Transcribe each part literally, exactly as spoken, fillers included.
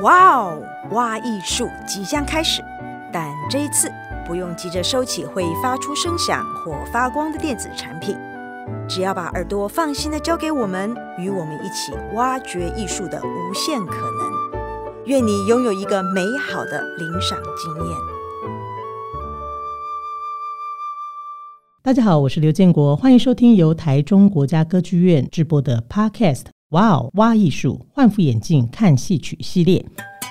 哇哦，挖艺术即将开始，但这一次不用急着收起会发出声响或发光的电子产品，只要把耳朵放心地交给我们，与我们一起挖掘艺术的无限可能。愿你拥有一个美好的领赏经验。 大家好，我是刘建国，欢迎收听由台中国家歌剧院制播的 Podcast 哇哦挖艺术换副眼镜看戏曲系列。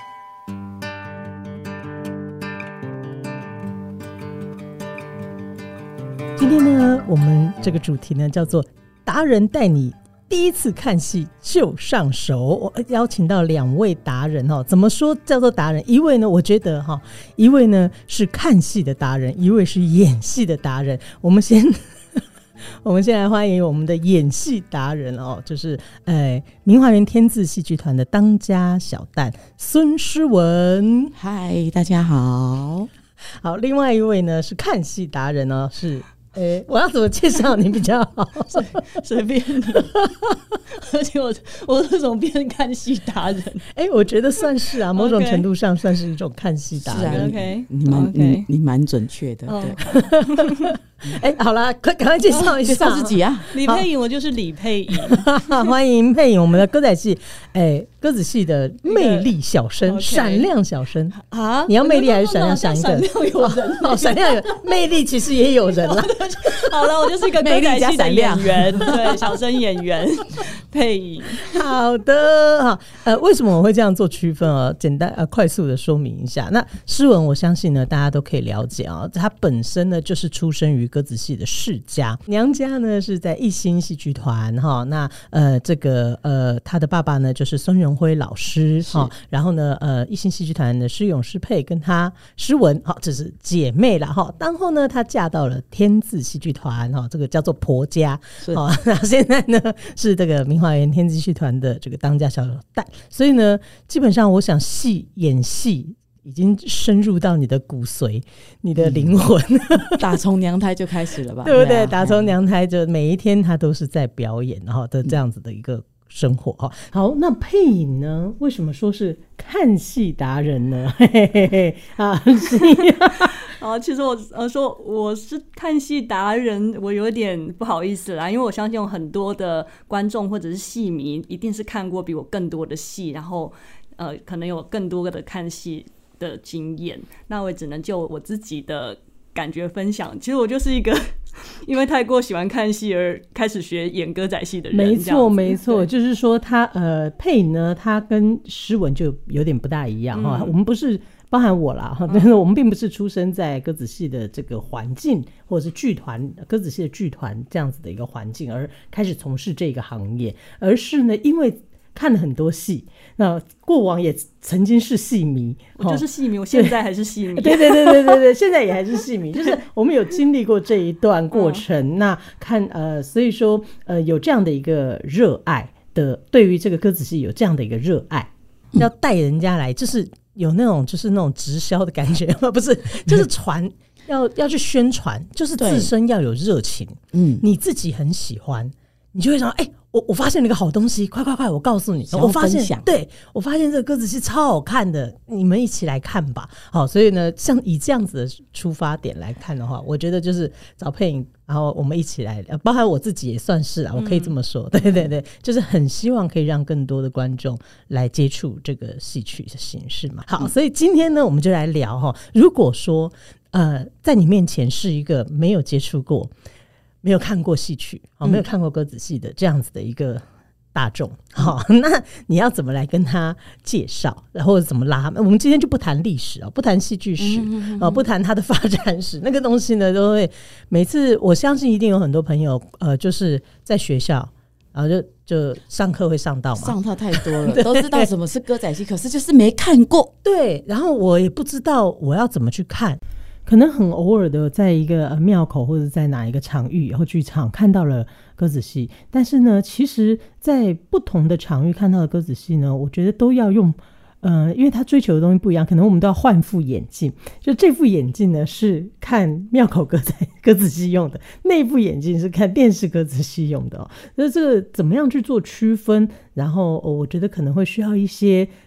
今天呢，我们这个主题呢叫做达人带你第一次看戏就上手。我邀请到两位达人，怎么说叫做达人？一位呢，我觉得一位呢是看戏的达人，一位是演戏的达人。我们先我们先来欢迎我们的演戏达人哦，就是呃明华园天字戏剧团的当家小旦孙诗文。 嗨，大家好。 好，另外一位呢是看戏达人哦，是欸、我要怎么介绍你比较好？ 随便你。而且我我为什么变成看戏达人？ 哎、欸，我觉得算是啊，某种程度上算是一种看戏达人。 是啊 OK， 你蛮、 okay. 你你蛮准确的。 哦、对。哎、欸，好啦，快赶快介绍一下、 哦、介绍自己啊！ 李佩颖，我就是李佩颖。 欢迎佩颖，我们的歌仔戏，哎、欸，歌子戏的魅力小生，闪、okay. 亮小生啊！你要魅力还是闪亮？想一个。 闪亮有人， 哦，闪亮有魅力，其实也有人啦。 好了，我就是一个歌仔戏的演员，对，小生演员佩颖。 好的，好，呃，为什么我会这样做区分啊？简单呃，快速的说明一下。那诗文，我相信呢，大家都可以了解啊，他本身呢就是出生于歌子戏的世家，娘家呢是在一心戏剧团哈。那呃，这个呃，他的爸爸呢就是孙仁辉老师哈。然后呢，呃，一心戏剧团的施永诗佩跟他诗文哈，这是姐妹啦哈。然后呢，她嫁到了天字戏剧团哈，这个叫做婆家。好，那现在呢是这个明华园天字戏剧团的这个当家小旦。所以呢，基本上我想戏演戏已经深入到你的骨髓，你的灵魂、嗯、 打从娘胎就开始了吧？ 对不对？打从娘胎就每一天他都是在表演然后的这样子的一个生活、嗯、好，那佩颖呢？为什么说是看戏达人呢？嘿嘿嘿嘿啊， 啊，其实我呃说我是看戏达人，我有点不好意思啦，因为我相信有很多的观众或者是戏迷一定是看过比我更多的戏，然后呃可能有更多的看戏的经验，那我也只能就我自己的感觉分享。其实我就是一个因为太过喜欢看戏而开始学演歌仔戏的人。 没错没错，就是说他呃佩呢，他跟诗文就有点不大一样哈、嗯。我们不是包含我啦，但是我们并不是出生在歌子戏的这个环境，或者是剧团歌子戏的剧团这样子的一个环境而开始从事这个行业，而是呢因为看了很多戏，那过往也曾经是戏迷， 我就是戏迷，我现在还是戏迷。 对对对对对对，现在也还是戏迷，就是我们有经历过这一段过程。嗯、那看呃，所以说呃，有这样的一个热爱的，对于这个歌子戏有这样的一个热爱，要带人家来，就是有那种就是那种直销的感觉，不是，就是传要要去宣传，就是自身要有热情，嗯，你自己很喜欢，你就会想，哎、欸。我我发现了一个好东西，快快快！我告诉你，我发现，对，我发现这个歌子戏超好看的，你们一起来看吧。好，所以呢，像以这样子的出发点来看的话，我觉得就是找佩颖，然后我们一起来，包含我自己也算是啊，我可以这么说，嗯、对对对，就是很希望可以让更多的观众来接触这个戏曲的形式嘛。好，所以今天呢，我们就来聊哈，如果说呃，在你面前是一个没有接触过。没有看过戏曲、哦、没有看过歌子戏的这样子的一个大众、嗯哦、那你要怎么来跟他介绍或者怎么拉？我们今天就不谈历史、哦、不谈戏剧史、嗯嗯哦、不谈它的发展史，那个东西呢都会每次我相信一定有很多朋友呃，就是在学校然后就就上课会上到嘛， 上到太多了都知道什么是歌仔戏，可是就是没看过。 对，然后我也不知道我要怎么去看，可能很偶尔的在一个庙口或者在哪一个场域或剧场看到了歌子戏，但是呢其实在不同的场域看到的歌子戏呢，我觉得都要用呃，因为他追求的东西不一样，可能我们都要换副眼镜，就这副眼镜呢是看庙口歌仔歌子戏用的，那副眼镜是看电视歌子戏用的哦。那这个怎么样去做区分，然后、哦、我觉得可能会需要一些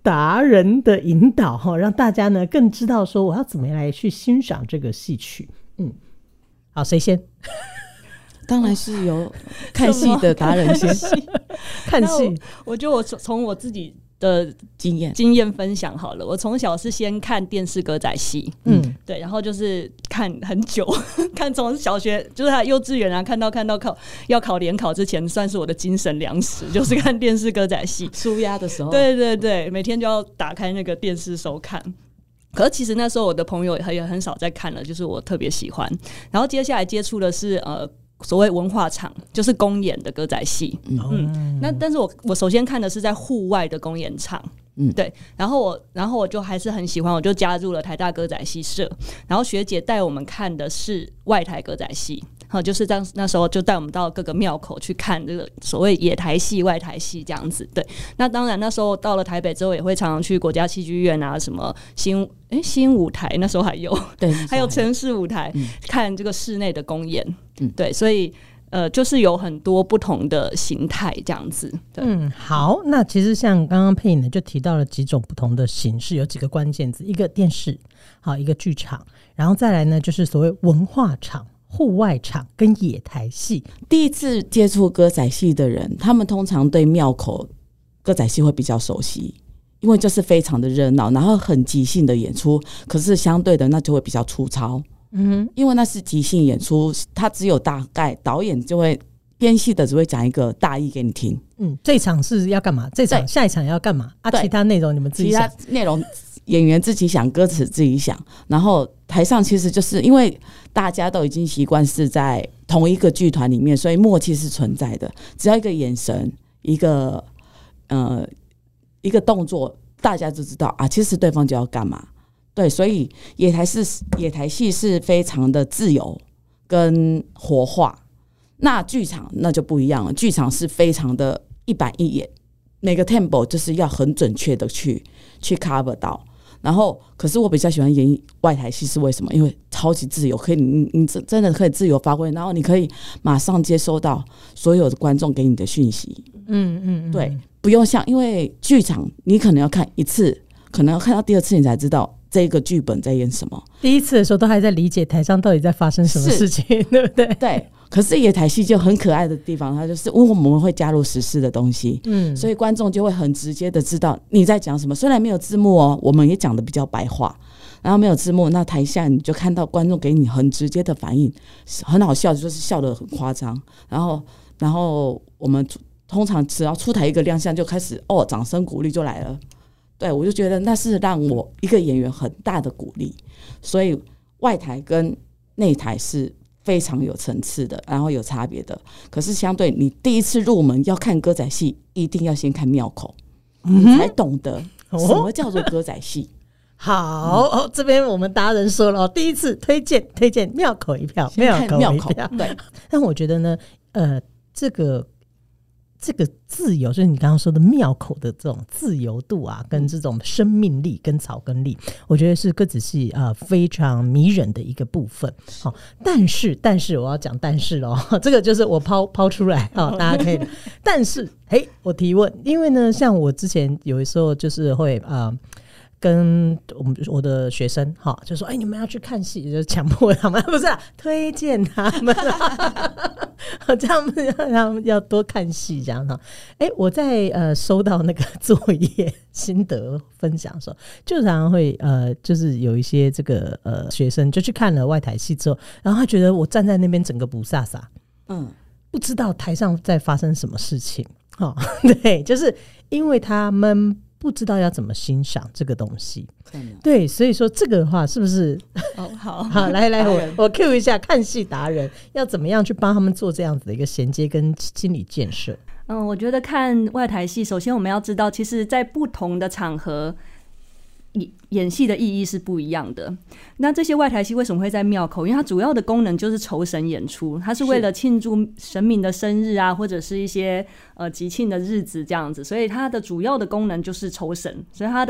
达人的引导哈，让大家呢更知道说我要怎么来去欣赏这个戏曲。嗯，好，谁先？ 当然是由看戏的达人先看戏。 我, 我觉得我从我自己的经验经验分享好了。我从小是先看电视歌仔戏，嗯，对，然后就是看很久，看从小学就是他幼稚园啊，看到看到考要考联考之前，算是我的精神粮食，就是看电视歌仔戏。 舒压的时候， 对对对，每天就要打开那个电视收看。可是其实那时候我的朋友也很少在看了，就是我特别喜欢。然后接下来接触的是呃。所谓文化场，就是公演的歌仔戏。嗯, 嗯那但是我我首先看的是在户外的公演场。嗯，对。然后我然后我就还是很喜欢，我就加入了台大歌仔戏社。然后学姐带我们看的是外台歌仔戏，好，就是这样。那时候就带我们到各个庙口去看这个所谓野台戏、外台戏这样子。对。那当然那时候到了台北之后，也会常常去国家戏剧院啊，什么新哎新舞台那时候还有，对，还有城市舞台、嗯、看这个室内的公演。嗯，对，所以呃，就是有很多不同的形态这样子。对， 嗯，好，那其实像刚刚佩呢就提到了几种不同的形式，有几个关键字，一个电视，好，一个剧场，然后再来呢就是所谓文化场、户外场跟野台戏。 第一次接触歌仔戏的人，他们通常对庙口歌仔戏会比较熟悉，因为就是非常的热闹，然后很即兴的演出，可是相对的那就会比较粗糙。嗯，因为那是即兴演出，他只有大概，导演就会编戏的只会讲一个大意给你听。 嗯，这一场是要干嘛？这场下一场要干嘛啊？其他内容你们自己想。 其他内容演员自己想，歌词自己想。然后台上其实就是因为大家都已经习惯是在同一个剧团里面，所以默契是存在的。只要一个眼神，一个呃一个动作，大家就知道啊，其实对方就要干嘛。对，所以野台是野台戏是非常的自由跟活化。那剧场那就不一样了，剧场是非常的一板一眼，每个 tempo 就是要很准确的去去 cover 到。然后，可是我比较喜欢演外台戏是为什么？因为超级自由，可以你你真的可以自由发挥，然后你可以马上接收到所有的观众给你的讯息。嗯嗯，对，不用像因为剧场你可能要看一次，可能要看到第二次你才知道这个剧本在演什么。 第一次的时候都还在理解台上到底在发生什么事情，对不对？ 对。可是野台戏就很可爱的地方，它就是因为我们会加入时事的东西，嗯，所以观众就会很直接的知道你在讲什么。虽然没有字幕哦，我们也讲的比较白话，然后没有字幕，那台下你就看到观众给你很直接的反应，很好笑，就是笑得很夸张。然后，然后我们通常只要出台一个亮相，就开始哦，掌声鼓励就来了。对，我就觉得那是让我一个演员很大的鼓励。所以外台跟内台是非常有层次的，然后有差别的。可是相对你第一次入门要看歌仔戏，一定要先看庙口，嗯、你才懂得什么叫做歌仔戏。 好、嗯哦，这边我们达人说了，第一次推荐推荐庙口一票， 庙口一票。 对， 但我觉得呢，呃，这个这个自由，就是你刚刚说的庙口的这种自由度啊，跟这种生命力跟草根力，我觉得是歌仔戏啊、呃、非常迷人的一个部分。好、哦，但是但是我要讲但是咯，这个就是我抛抛出来啊、哦，大家可以。但是嘿，我提问，因为呢，像我之前有的时候就是会啊。呃跟我们我的学生哈，就说哎，你们要去看戏，就强迫他们，不是啦，推荐他们，这样让他们要多看戏，这样哈。哎，我在呃收到那个作业心得分享的时候，就常常会呃，就是有一些这个呃学生就去看了外台戏之后，然后他觉得我站在那边整个不飒飒，嗯，不知道台上在发生什么事情，哈，对，就是因为他们不知道要怎么欣赏这个东西，对，所以说这个的话是不是哦好好来来我我 cue 一下看戏达人要怎么样去帮他们做这样子的一个衔接跟心理建设。 嗯，我觉得看外台戏，首先我们要知道，其实在不同的场合演戏的意义是不一样的。那这些外台戏为什么会在庙口？因为它主要的功能就是酬神演出，它是为了庆祝神明的生日啊，或者是一些呃吉庆的日子这样子，所以它的主要的功能就是酬神，所以它的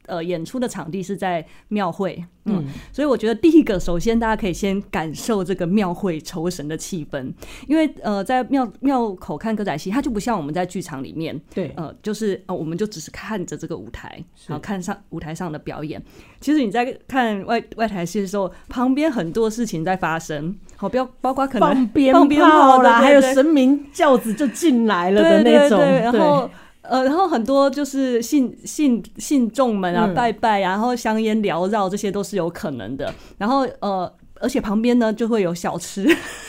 呃，演出的场地是在庙会，嗯，嗯所以我觉得第一个，首先大家可以先感受这个庙会酬神的气氛，因为呃，在庙庙口看歌仔戏，它就不像我们在剧场里面， 对， 呃，就是呃，我们就只是看着这个舞台，然后看上舞台上的表演。其实你在看外外台戏的时候，旁边很多事情在发生，好，不要包括可能放鞭炮啦，还有神明轿子就进来了的那种， 对对对，然后。呃，然后很多就是信信信众们啊，嗯、拜拜啊，然后香烟缭绕，这些都是有可能的。然后呃，而且旁边呢就会有小吃，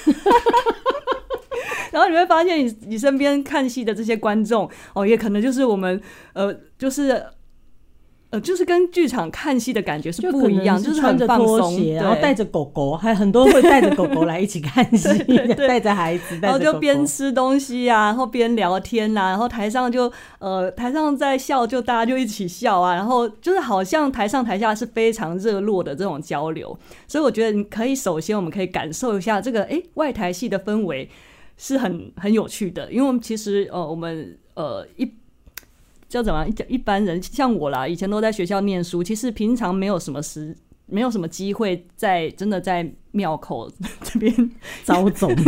然后你会发现你你身边看戏的这些观众哦，也可能就是我们呃，就是呃，就是跟剧场看戏的感觉是不一样， 就是很放松， 穿着拖鞋，然后带着狗狗，还很多会带着狗狗来一起看戏，带着孩子， 然后就边吃东西啊，然后边聊天啊，然后台上就呃台上在笑，就大家就一起笑啊，然后就是好像台上台下是非常热络的这种交流，所以我觉得你可以首先我们可以感受一下这个哎外台戏的氛围是很很有趣的，因为我们其实呃我们呃一。叫怎么一般人像我啦，以前都在学校念书，其实平常没有什么时，没有什么机会在真的在庙口这边招总，是，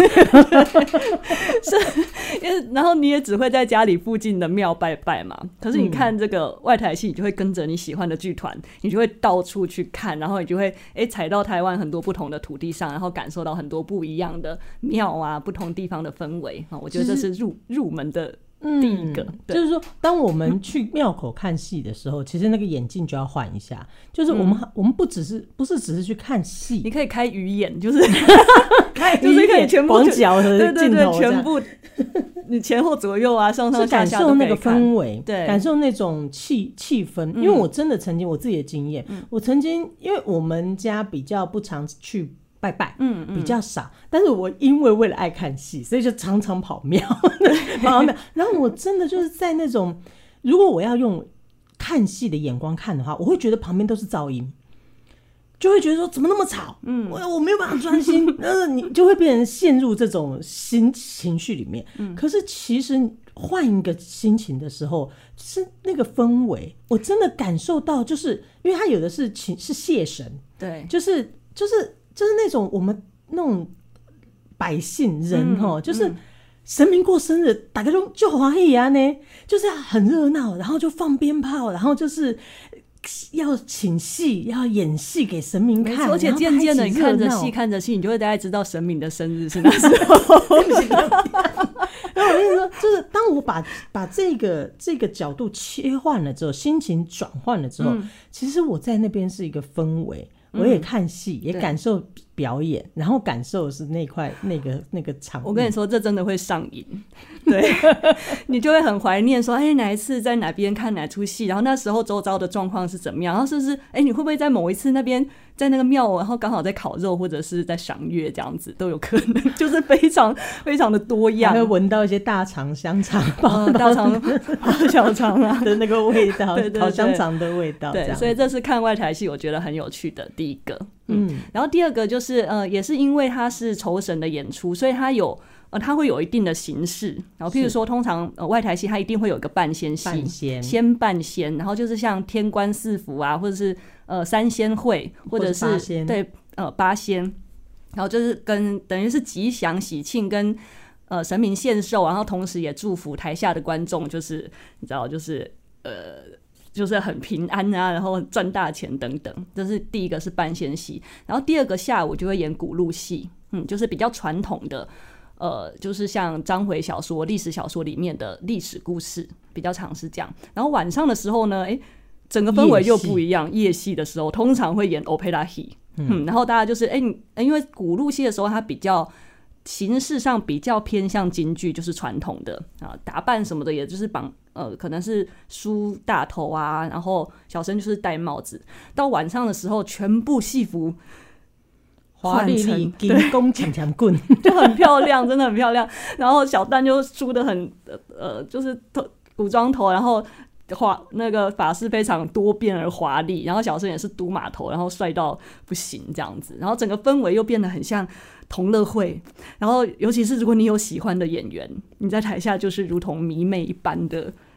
因为然后你也只会在家里附近的庙拜拜嘛。可是你看这个外台戏，你就会跟着你喜欢的剧团，你就会到处去看，然后你就会哎踩到台湾很多不同的土地上，然后感受到很多不一样的庙啊，不同地方的氛围啊。我觉得这是入入门的。第一个、嗯、 就是说当我们去庙口看戏的时候、嗯、其实那个眼镜就要换一下，就是我们、嗯、我们不只是不是只是去看戏， 你可以开鱼眼，就是开鱼眼就是可以全部广角的镜头， 对对对，全部你前后左右啊，上上下下都可以看，感受那个氛围， 对， 感受那种气气氛、嗯。因为我真的曾经我自己的经验、嗯，我曾经因为我们家比较不常去。拜拜，嗯嗯，比较少，但是我因为为了爱看戏，所以就常常跑庙，跑庙。然后我真的就是在那种，如果我要用看戏的眼光看的话，我会觉得旁边都是噪音，就会觉得说怎么那么吵，嗯，我我没有办法专心，呃，你就会变成陷入这种心情绪里面。嗯，可是其实换一个心情的时候，是那个氛围，我真的感受到，就是因为它有的是情是谢神， 对， 就是就是。就是那种我们那种百姓人哈、嗯，就是神明过生日，大家就就欢喜啊呢，就是很热闹，然后就放鞭炮，然后就是要请戏，要演戏给神明看， 而且渐渐的你看着戏看着戏，你就会大概知道神明的生日是哪时候。 然后我跟你说，就是当我把把这个这个角度切换了之后，心情转换了之后、嗯，其实我在那边是一个氛围。我也看戏、嗯，也感受表演，然后感受的是那块那个那个场。 我跟你说，这真的会上瘾，对，你就会很怀念说，哎，哪一次在哪边看哪出戏，然后那时候周遭的状况是怎么样，然后是不是，哎，你会不会在某一次那边在那个庙，然后刚好在烤肉或者是在赏月这样子都有可能，就是非常非常的多样， 还会闻到一些大肠香肠、嗯、 大肠小肠啊的那个味道， 对对对， 烤香肠的味道， 对，所以这是看外台戏我觉得很有趣的第一个。嗯，然后第二个就是呃，也是因为它是酬神的演出，所以它有呃，它会有一定的形式。然后譬如说，通常呃外台戏它一定会有一个半仙戏， 半仙仙半仙，然后就是像天官四福啊，或者是呃三仙会，或者是八仙对呃八仙，然后就是跟等于是吉祥喜庆跟呃神明献寿，然后同时也祝福台下的观众，就是你知道，就是呃。就是很平安啊，然后赚大钱等等，这是第一个是半仙戏。然后第二个下午就会演古录戏，嗯，就是比较传统的，呃，就是像章回小说、历史小说里面的历史故事，比较常是这样。然后晚上的时候呢，哎，整个氛围又不一样。夜戏的时候通常会演 opera戏，嗯，然后大家就是哎，因为古录戏的时候它比较。形式上比较偏向京剧，就是传统的啊，打扮什么的，也就是绑呃，可能是梳大头啊，然后小生就是戴帽子。到晚上的时候，全部戏服华丽丽，金弓强强棍， 就很漂亮，真的很漂亮。然后小旦就梳得很呃，就是头古装头，然后。华那个发饰非常多变而华丽，然后小生也是嘟马头，然后帅到不行这样子，然后整个氛围又变得很像同乐会，然后尤其是如果你有喜欢的演员，你在台下就是如同迷妹一般的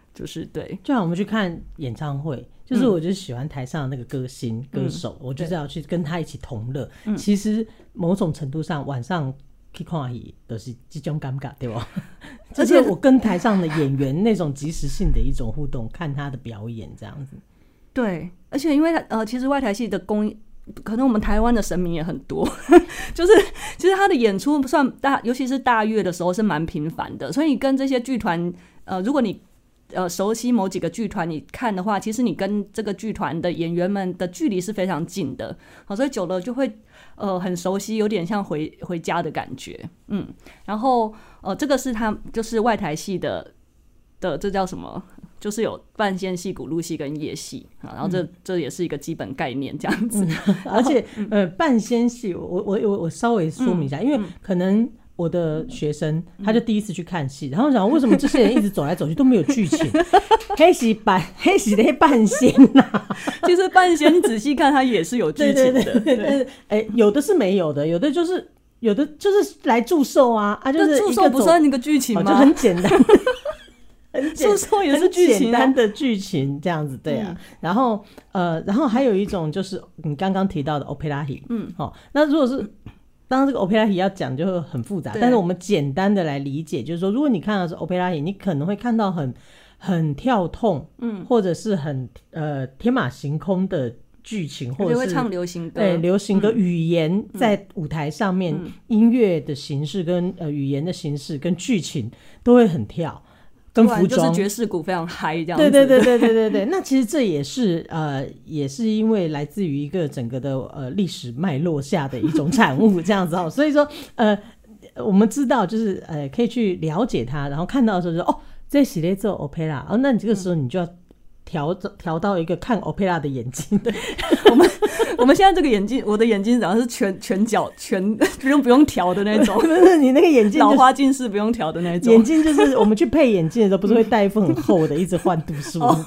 就是对， 就像我们去看演唱会，就是我就喜欢台上的那个歌星、嗯、歌手，我就是要去跟他一起同乐、嗯、其实某种程度上晚上去看戏都是这种感觉，对吧？就是我跟台上的演员那种即时性的一种互动，看他的表演这样子。 对，而且因为呃，其实外台戏的公，可能我们台湾的神明也很多，就是其实他的演出算大，尤其是大乐的时候是蛮频繁的，所以跟这些剧团，呃，如果你呃熟悉某几个剧团，你看的话，其实你跟这个剧团的演员们的距离是非常近的，好，所以久了就会呃很熟悉，有点像回回家的感觉，嗯，然后呃这个是他就是外台戏的的这叫什么？就是有半仙戏、古路戏跟夜戏，然后这、嗯、这也是一个基本概念，这样子。 嗯、而且、嗯、呃，半仙戏，我我我我稍微说明一下、嗯，因为可能我的学生他就第一次去看戏，然后想为什么这些人一直走来走去都没有剧情？黑是半黑是那半仙呐、啊， 其实半仙你仔细看它也是有剧情的， 对对对，哎、欸，有的是没有的，有的就是有的就是来祝寿啊啊，就是祝寿不算那个剧情吗？ 哦、就很简单。 诉讼也是剧情、 啊、很简单的剧情这样子，对啊。嗯、然后呃，然后还有一种就是你刚刚提到的 opera戏，嗯，好、哦，那如果是当然这个 opera戏要讲就会很复杂，但是我们简单的来理解，就是说，如果你看到是 opera戏，你可能会看到很很跳痛，嗯，或者是很呃天马行空的剧情，或者是会唱流行歌， 对流行歌、嗯、语言在舞台上面，嗯、音乐的形式跟呃语言的形式跟剧情都会很跳。跟服装就是爵士鼓非常嗨这样子， 对对对对对对对。那其实这也是呃，也是因为来自于一个整个的呃历史脉络下的一种产物这样子哦。所以说呃，我们知道就是呃，可以去了解它，然后看到的时候就哦，这是在做 opera，哦，那你这个时候你就要调调到一个看 opera 的眼睛。对， 我们我们现在这个眼镜，我的眼镜好像是全全角全不用不用调的那种， 不是你那个眼镜、就是、 老花近视不用调的那种。 眼镜就是我们去配眼镜的时候，不是会戴一副很厚的，一直换度数那种。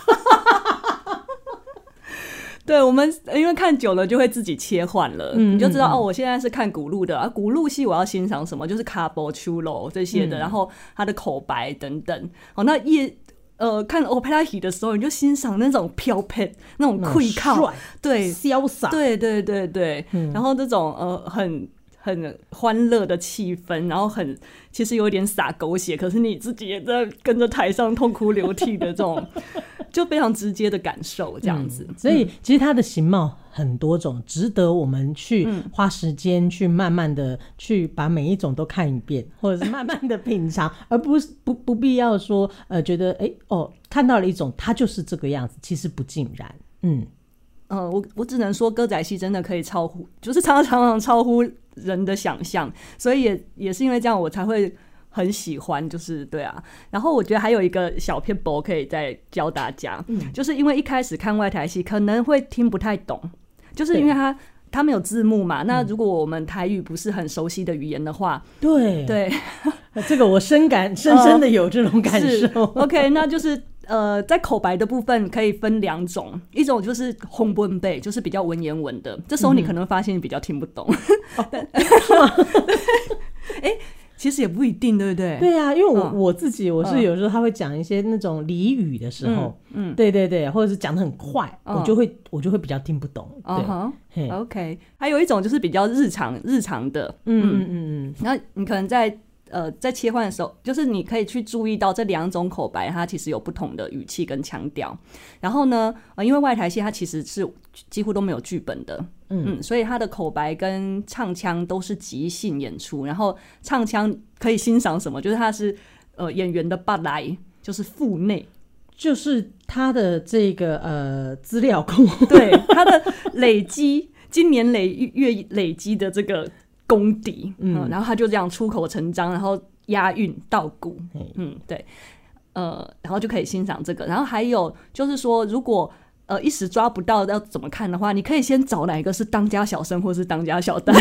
对，我们因为看久了就会自己切换了，嗯、你就知道哦，我现在是看古路的啊，古路戏我要欣赏什么，就是卡波秋楼这些的、嗯，然后它的口白等等。哦，那夜。呃，看 opera 戏的时候，你就欣赏那种飘撇、那种溃靠，对， 潇洒， 对对对对、嗯。然后这种呃很很欢乐的气氛，然后很其实有点洒狗血，可是你自己也在跟着台上痛哭流涕的这种，就非常直接的感受，这样子。 嗯、所以其实它的形貌很多种，值得我们去花时间去慢慢的去把每一种都看一遍，或者是慢慢的品尝，而不是不不必要说呃觉得哎、欸、哦看到了一种它就是这个样子，其实不尽然。嗯呃我我只能说歌仔戏真的可以超乎，就是常常常超乎人的想象，所以也也是因为这样我才会很喜欢，就是对啊。然后我觉得还有一个小撇步可以再教大家、嗯、就是因为一开始看外台戏可能会听不太懂，就是因为它它没有字幕嘛，那如果我们台语不是很熟悉的语言的话， 对对， 这个我深感深深的有这种感受、 呃、OK 那就是呃，在口白的部分可以分两种，一种就是红文背，就是比较文言文的，这时候你可能发现你比较听不懂、嗯哦、是吗？哎其实也不一定，对不对？ 对啊，因为我、嗯、我自己我是有时候他会讲一些那种俚语的时候，嗯，嗯对对对，或者是讲得很快、嗯，我就会我就会比较听不懂。对、 uh-huh, ，OK。还有一种就是比较日常日常的， 嗯嗯嗯嗯， 然后你可能在呃在切换的时候，就是你可以去注意到这两种口白，它其实有不同的语气跟腔调。然后呢，呃，因为外台戏它其实是几乎都没有剧本的。嗯, 嗯，所以他的口白跟唱腔都是即兴演出，然后唱腔可以欣赏什么？就是他是呃演员的八来，就是腹内， 就是他的这个呃资料库， 对他的累积，今年累月累积的这个功底，嗯，然后他就这样出口成章，然后押韵道鼓，嗯，对，呃，然后就可以欣赏这个。然后还有就是说，如果呃，一时抓不到要怎么看的话，你可以先找哪一个是当家小生或是当家小旦，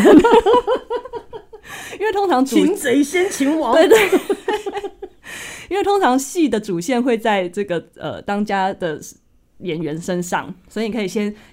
因为通常擒贼先擒王， 对对，因为通常戏的主线会在这个呃当家的演员身上，所以你可以先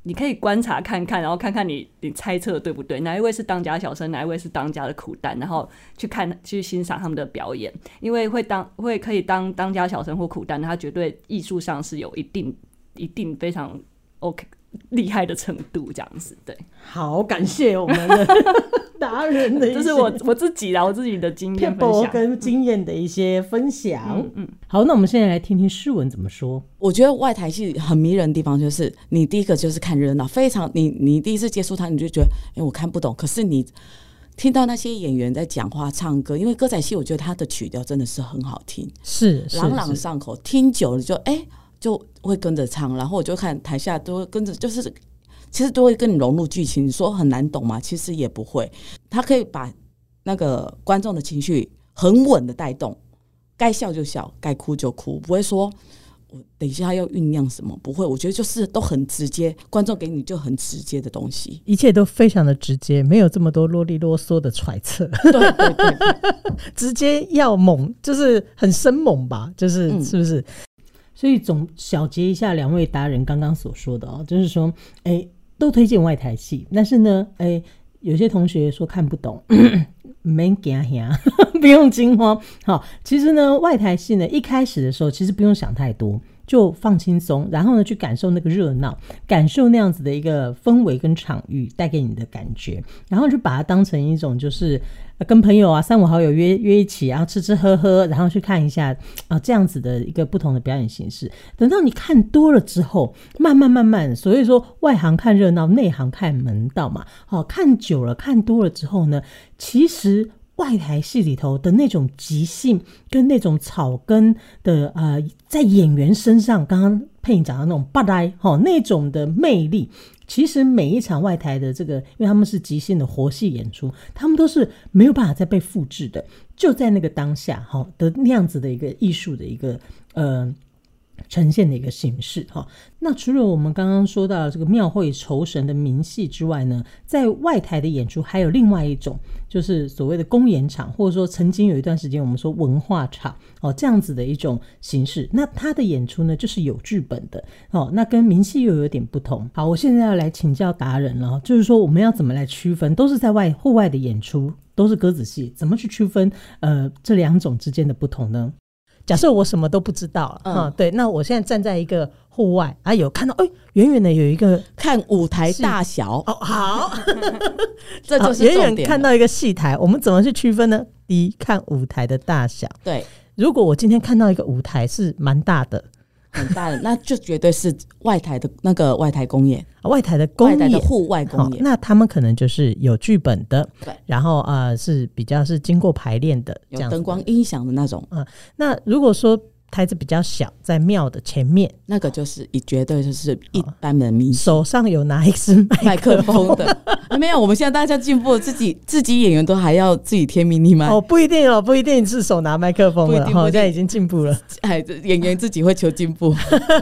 你可以观察看看，然后看看你你猜测对不对，哪一位是当家小生，哪一位是当家的苦旦，然后去看去欣赏他们的表演，因为会当会可以当当家小生或苦旦，他绝对艺术上是有一定一定非常 OK 厉害的程度，这样子。对， 好，感谢我们的达人的一些， 这是我我自己啦，我自己的经验分享跟经验的一些分享。 嗯嗯， 好，那我们现在来听听诗文怎么说。 我觉得外台戏很迷人的地方就是，你第一个就是看热闹，非常你你第一次接触它，你就觉得，哎、欸，我看不懂。可是你听到那些演员在讲话、唱歌，因为歌仔戏，我觉得它的曲调真的是很好听， 是朗朗上口，听久了就哎、欸、就会跟着唱，然后我就看台下都会跟着，就是其实都会跟你融入剧情。你说很难懂吗？其实也不会，他可以把那个观众的情绪很稳的带动，该笑就笑，该哭就哭，不会说我等一下要酝酿什么，不会。我觉得就是都很直接，观众给你就很直接的东西， 一切都非常的直接，没有这么多啰里啰嗦的揣测。 对对 对, 对直接要猛，就是很生猛吧，就是、嗯、是不是？所以总小结一下两位达人刚刚所说的哦，就是说，哎，都推荐外台戏，但是呢，哎，有些同学说看不懂，没惊吓，不用惊慌。好，其实呢，外台戏呢，一开始的时候其实不用想太多，就放轻松，然后呢，去感受那个热闹，感受那样子的一个氛围跟场域带给你的感觉，然后就把它当成一种就是跟朋友啊三五好友约约一起，然后吃吃喝喝，然后去看一下啊这样子的一个不同的表演形式。等到你看多了之后，慢慢慢慢，所以说外行看热闹，内行看门道嘛。好，看久了看多了之后呢，其实外台戏里头的那种即兴跟那种草根的呃，在演员身上，刚刚佩颖讲的那种巴呆、哦、那种的魅力，其实每一场外台的这个，因为他们是即兴的活戏演出，他们都是没有办法再被复制的，就在那个当下、哦、的那样子的一个艺术的一个呃呈现的一个形式、哦、那除了我们刚刚说到这个庙会酬神的民戏之外呢，在外台的演出还有另外一种，就是所谓的公演场，或者说曾经有一段时间我们说文化场、哦、这样子的一种形式。那它的演出呢就是有剧本的、哦、那跟民戏又有点不同。好，我现在要来请教达人了，就是说我们要怎么来区分，都是在外户外的演出，都是歌子戏，怎么去区分呃这两种之间的不同呢？假设我什么都不知道、嗯啊、对，那我现在站在一个户外啊，有看到哎，远远的有一个看舞台大小哦，好这就是重点。 远远看到一个戏台，我们怎么去区分呢？第一，看舞台的大小。 对， 如果我今天看到一个舞台是蛮大的很大的，那就绝对是外台的那个外台公演， 外台的公演， 外台的户外公演。 那他们可能就是有剧本的， 对， 然后呃是比较是经过排练的， 有灯光音响的那种。 嗯，那如果说台子比较小，在庙的前面， 那个就是绝对就是一般的民戏、 哦、手上有拿一支麦克风的没有，我们现在大家进步了，自己自己演员都还要自己贴迷你麦哦，不一定哦，不一定是手拿麦克风了，好，现在已经进步了。 哎，演员自己会求进步。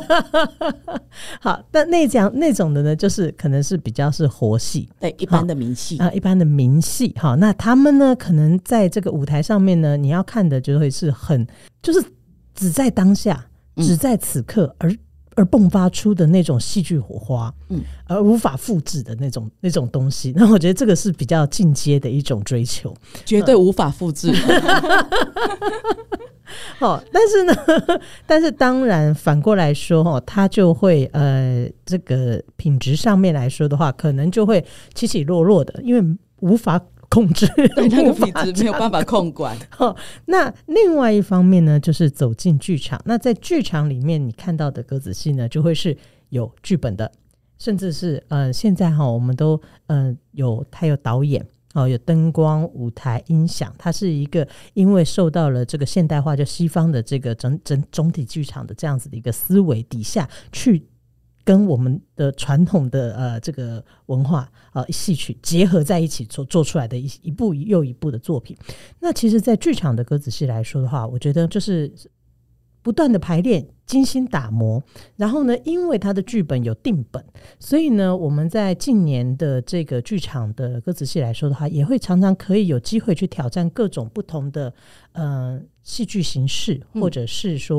好，但那讲那种的呢，就是可能是比较是活戏， 对，一般的民戏啊、呃，一般的民戏。好，那他们呢，可能在这个舞台上面呢，你要看的就会是很就是只在当下，只在此刻而、嗯、而迸发出的那种戏剧火花，嗯，而无法复制的那种那种东西。那我觉得这个是比较进阶的一种追求， 绝对无法复制。 哦，但是呢，但是当然反过来说，哦，它就会呃，这个品质上面来说的话，可能就会起起落落的，因为无法控制， 对，那个品质没有办法控管、 哦、那另外一方面呢，就是走进剧场。那在剧场里面你看到的歌子戏呢，就会是有剧本的，甚至是呃，现在哈、哦，我们都呃有它有导演哦，有灯光、舞台、音响，它是一个因为受到了这个现代化，就西方的这个整整总体剧场的这样子的一个思维底下去跟我们的传统的呃这个文化呃戏曲结合在一起做做出来的一一部又一部的作品。那其实在剧场的歌子戏来说的话，我觉得就是不断的排练，精心打磨，然后呢因为它的剧本有定本，所以呢我们在近年的这个剧场的歌子戏来说的话，也会常常可以有机会去挑战各种不同的呃戏剧形式，或者是说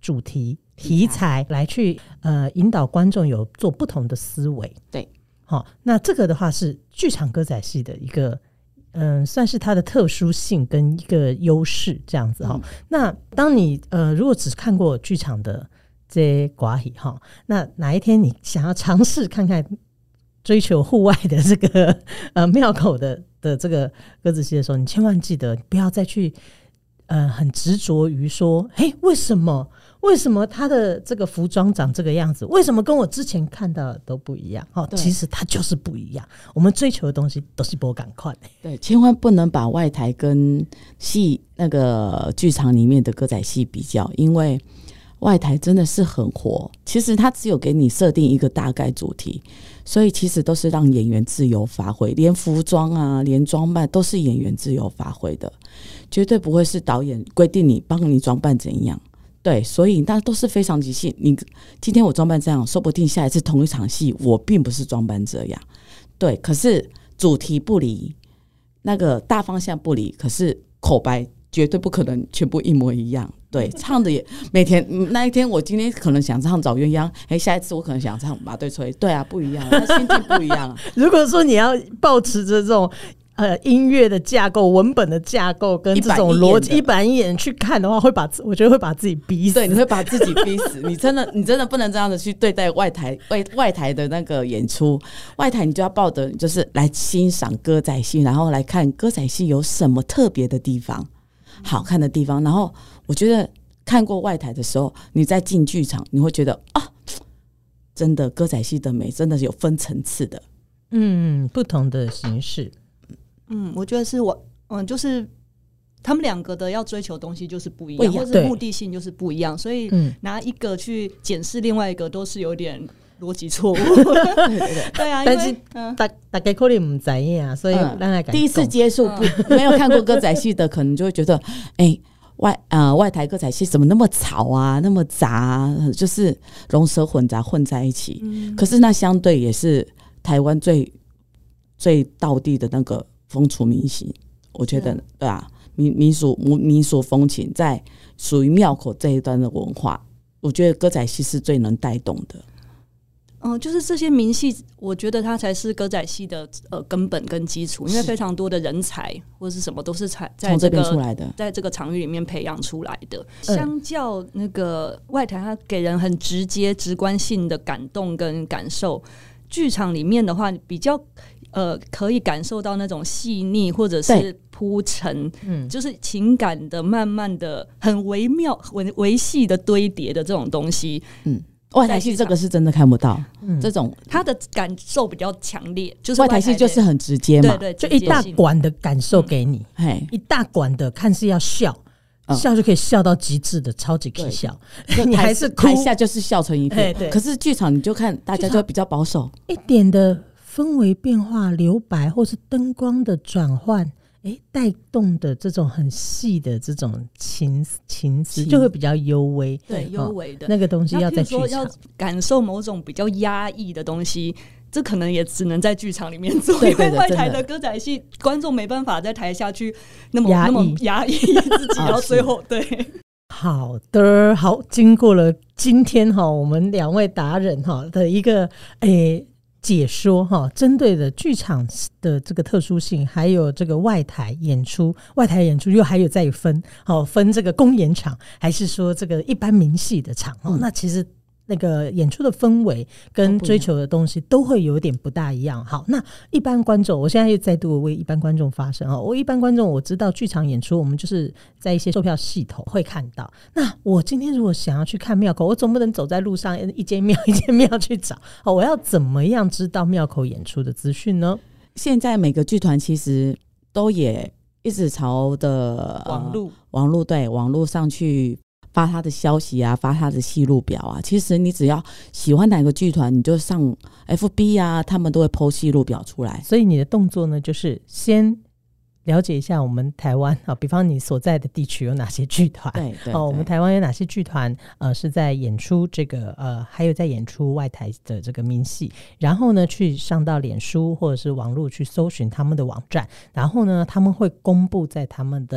主题题材来去呃引导观众有做不同的思维。 对， 好、哦，那这个的话是剧场歌仔戏的一个嗯、呃，算是它的特殊性跟一个优势这样子哈、哦嗯。那当你呃如果只看过剧场的这些寡戏哈，那哪一天你想要尝试看看追求户外的这个呃庙口的的这个歌仔戏的时候，你千万记得不要再去呃很执着于说，嘿，为什么为什么他的这个服装长这个样子，为什么跟我之前看到的都不一样、哦、其实它就是不一样，我们追求的东西都是不赶快。 对，千万不能把外台跟戏那个剧场里面的歌仔戏比较，因为外台真的是很活，其实它只有给你设定一个大概主题，所以其实都是让演员自由发挥，连服装啊连装扮都是演员自由发挥的，绝对不会是导演规定你帮你装扮怎样。对，所以那都是非常即兴，你今天我装扮这样，说不定下一次同一场戏我并不是装扮这样。对，可是主题不离，那个大方向不离，可是口白绝对不可能全部一模一样。对，唱的也每天那一天，我今天可能想唱找鸳鸯，哎，下一次我可能想唱马对吹。对啊，不一样，他心情不一样、啊。如果说你要抱持着这种呃音乐的架构、文本的架构跟这种逻辑一板一眼去看的话，会把我觉得会把自己逼死。 对，你会把自己逼死。你真的你真的不能这样子去对待外台外外台的那个演出。外台你就要抱着就是来欣赏歌仔戏，然后来看歌仔戏有什么特别的地方。好看的地方，然后我觉得看过外台的时候，你再进剧场，你会觉得啊，真的歌仔戏的美真的是有分层次的， 嗯，不同的形式， 嗯，我觉得是我，嗯，就是他们两个的要追求的东西就是不一样，或者目的性就是不一样，所以拿一个去检视另外一个都是有点逻辑错误。对, 对, 对啊， 但是、嗯、大大家可能不知道啊，所以让他第一次接触不、嗯、没有看过歌仔戏的，可能就会觉得，哎、欸，外呃外台歌仔戏怎么那么吵啊，那么杂、啊，就是龙蛇混杂混在一起。嗯、可是那相对也是台湾最最道地的那个风俗民情，我觉得、嗯、对啊，民民俗民俗风情在属于庙口这一端的文化，我觉得歌仔戏是最能带动的。 嗯，就是这些民戏，我觉得它才是歌仔戏的呃根本跟基础，因为非常多的人才或者是什么都是在在这个出来的， 在这个场域里面培养出来的。嗯、相较那个外台，它给人很直接、直观性的感动跟感受。剧场里面的话，比较呃可以感受到那种细腻或者是铺陈，嗯，就是情感的慢慢的、很微妙、维维细的堆叠的这种东西，嗯。 外台戏这个是真的看不到，嗯、这种他的感受比较强烈，就是外台戏就是很直接嘛， 对对， 就一大管的感受给你，嗯、一大管的看是要笑，嗯、笑就可以笑到极致的，超级可以笑，你还是哭台下就是笑成一片，可是剧场你就看大家就会比较保守， 一点的氛围变化、留白或是灯光的转换。哎，带动的这种很细的这种情情思就会比较幽微， 对，幽微的、 哦、那个东西要在剧场， 要感受某种比较压抑的东西，这可能也只能在剧场里面做，对对对，因为外台的歌仔戏观众没办法在台下去那么那么压抑自己，然后最后对。 好的，好，经过了今天哈我们两位达人哈的一个诶。解说哈，针对的剧场的这个特殊性，还有这个外台演出，外台演出又还有再分，好分这个公演场，还是说这个一般民戏的场、嗯、那其实那个演出的氛围跟追求的东西都会有点不大一样。好，那一般观众，我现在又再度为一般观众发声哦。我一般观众我知道剧场演出，我们就是在一些售票系统会看到。那我今天如果想要去看庙口，我总不能走在路上一间庙一间庙去找，哦，我要怎么样知道庙口演出的资讯呢？ 现在每个剧团其实都也一直朝的网路、呃、 网路对网路上去。发他的消息啊，发他的戏路表啊。其实你只要喜欢哪个剧团，你就上 F B 啊，他们都会 po 戏路表出来。 所以你的动作呢，就是先了解一下我们台湾啊，比方你所在的地区有哪些剧团， 对 对, 对、 哦、我们台湾有哪些剧团呃是在演出这个呃，还有在演出外台的这个民戏，然后呢去上到脸书或者是网络去搜寻他们的网站，然后呢他们会公布在他们的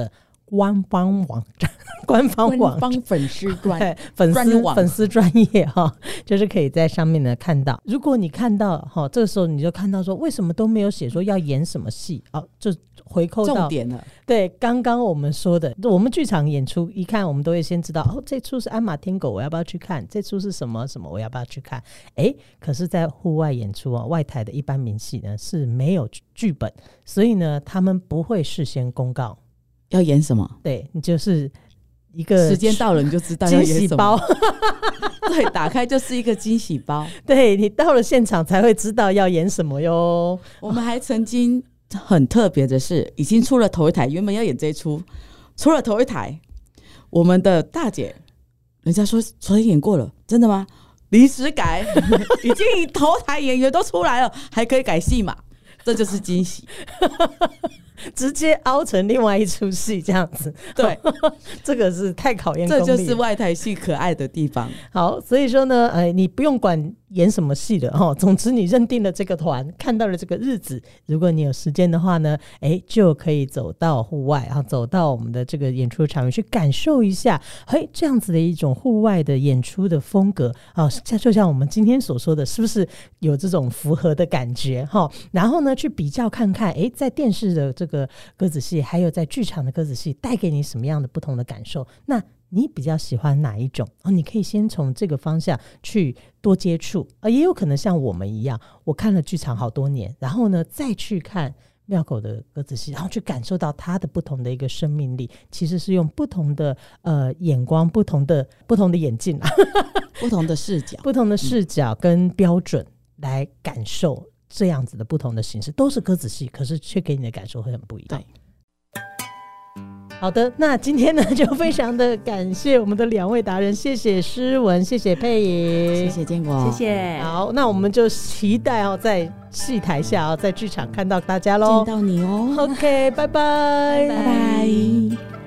官方网站、官方网官方粉丝专粉丝专网粉丝专业哈，就是可以在上面呢看到。如果你看到哈，这个时候你就看到说为什么都没有写说要演什么戏哦，就回扣到重点了。 对，刚刚我们说的，我们剧场演出一看，我们都会先知道哦，这出是鞍马天狗，我要不要去看？这出是什么什么，我要不要去看？哎，可是，在户外演出啊，外台的一般民戏呢是没有剧本，所以呢，他们不会事先公告要演什么。 对，你就是一个时间到了你就知道要惊演什么。 喜包对，打开就是一个惊喜包。 对，你到了现场才会知道要演什么哟。 我们还曾经很特别的是，已经出了头一台，原本要演这一出，出了头一台，我们的大姐，人家说昨天演过了，真的吗？临时改，已经头台演员都出来了，还可以改戏码，这就是惊喜。 直接凹成另外一出戏这样子， 对， 这个是太考验功力了， 这就是外台戏可爱的地方。 好，所以说呢，呃，你不用管演什么戏的哈，总之你认定了这个团，看到了这个日子，如果你有时间的话呢，哎，就可以走到户外啊，走到我们的这个演出场域去感受一下，嘿，这样子的一种户外的演出的风格啊，就像我们今天所说的，是不是有这种符合的感觉哈？然后呢，去比较看看，哎，在电视的这个歌子戏，还有在剧场的歌子戏，带给你什么样的不同的感受？那你比较喜欢哪一种？哦，你可以先从这个方向去多接触，呃，也有可能像我们一样，我看了剧场好多年，然后呢再去看庙口的歌子戏，然后去感受到它的不同的一个生命力，其实是用不同的呃眼光、不同的不同的眼镜啊， 不同的视角、 不同的视角跟标准来感受这样子的不同的形式，都是歌子戏，可是却给你的感受会很不一样。 对。 好的，那今天呢就非常的感谢我们的两位达人，谢谢诗文，谢谢佩莹， 谢谢建国， 谢谢。 好，那我们就期待哦，在戏台下哦，在剧场看到大家喽， 见到你哦。 OK， 拜拜， 拜拜。